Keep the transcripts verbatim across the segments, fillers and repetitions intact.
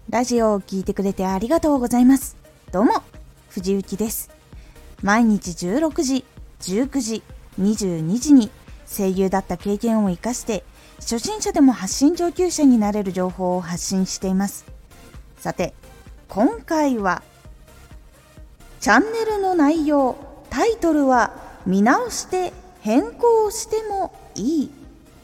ラジオを聞いてくれてありがとうございます。どうも、藤幸です。毎日じゅうろくじ、じゅうくじ、にじゅうにじに声優だった経験を生かして初心者でも発信上級者になれる情報を発信しています。さて、今回はチャンネルの内容、タイトルは見直して変更してもいい。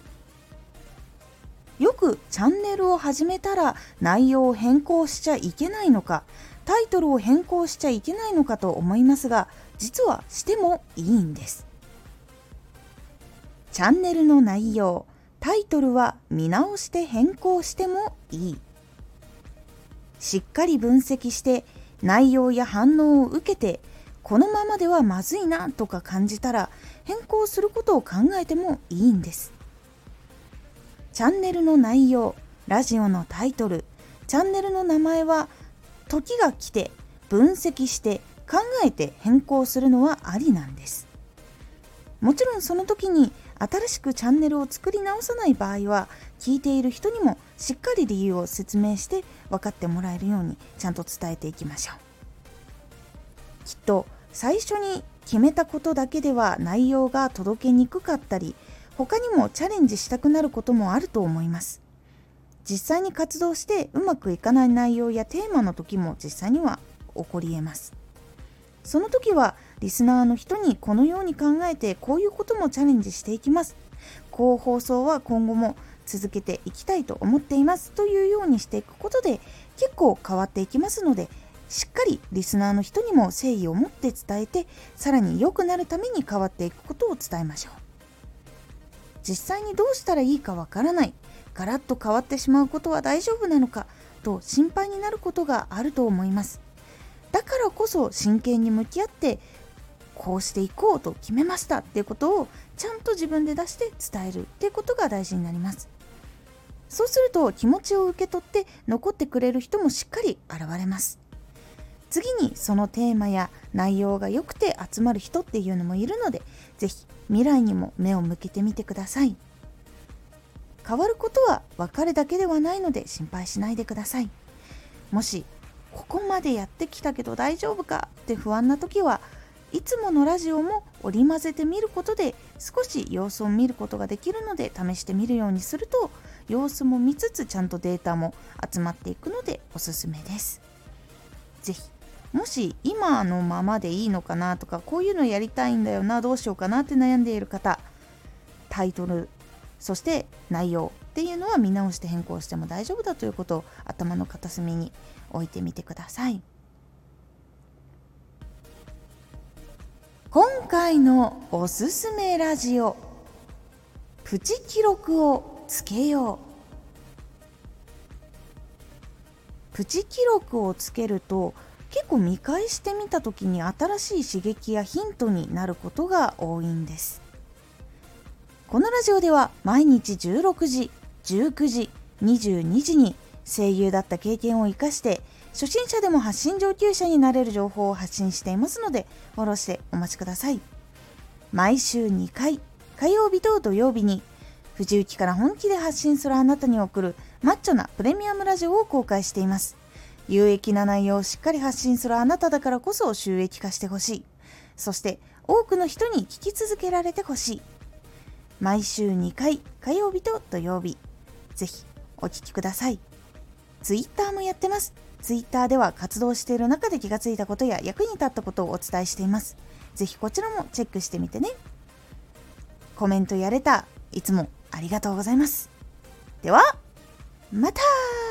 よくチャンネルを始めたら内容を変更しちゃいけないのか、タイトルを変更しちゃいけないのかと思いますが、実はしてもいいんです。チャンネルの内容、タイトルは見直して変更してもいい。しっかり分析して内容や反応を受けて、このままではまずいなとか感じたら変更することを考えてもいいんです。チャンネルの内容、ラジオのタイトル、チャンネルの名前は時が来て分析して考えて変更するのはありなんです。もちろんその時に新しくチャンネルを作り直さない場合は、聞いている人にもしっかり理由を説明して分かってもらえるようにちゃんと伝えていきましょう。きっと最初に決めたことだけでは内容が届けにくかったり、他にもチャレンジしたくなることもあると思います。実際に活動してうまくいかない内容やテーマの時も実際には起こり得ます。その時はリスナーの人にこのように考えて、こういうこともチャレンジしていきます、こう放送は今後も続けていきたいと思っていますというようにしていくことで結構変わっていきますので、しっかりリスナーの人にも誠意を持って伝えて、さらに良くなるために変わっていくことを伝えましょう。実際にどうしたらいいかわからない、ガラッと変わってしまうことは大丈夫なのかと心配になることがあると思います。だからこそ真剣に向き合って、こうしていこうと決めましたっていうことをちゃんと自分で出して伝えるっていうことが大事になります。そうすると気持ちを受け取って残ってくれる人もしっかり現れます。次にそのテーマや内容が良くて集まる人っていうのもいるので、ぜひ未来にも目を向けてみてください。変わることは別れだけではないので心配しないでください。もしここまでやってきたけど大丈夫かって不安な時は、いつものラジオも織り交ぜてみることで少し様子を見ることができるので、試してみるようにすると様子も見つつちゃんとデータも集まっていくのでおすすめです。ぜひもし今のままでいいのかなとか、こういうのやりたいんだよな、どうしようかなって悩んでいる方、タイトルそして内容っていうのは見直して変更しても大丈夫だということを頭の片隅に置いてみてください。今回のおすすめラジオ、プチ記録をつけよう。プチ記録をつけると結構見返してみた時に新しい刺激やヒントになることが多いんです。このラジオでは毎日じゅうろくじ、じゅうくじ、にじゅうにじに声優だった経験を生かして初心者でも発信上級者になれる情報を発信していますので、フォローしてお待ちください。毎週にかい、火曜日と土曜日に藤雪から本気で発信するあなたに送るマッチョなプレミアムラジオを公開しています。有益な内容をしっかり発信するあなただからこそ収益化してほしい。そして多くの人に聞き続けられてほしい。毎週にかい、火曜日と土曜日、ぜひお聞きください。ツイッターもやってます。ツイッターでは活動している中で気がついたことや役に立ったことをお伝えしています。ぜひこちらもチェックしてみてね。コメントやレター、いつもありがとうございます。ではまた。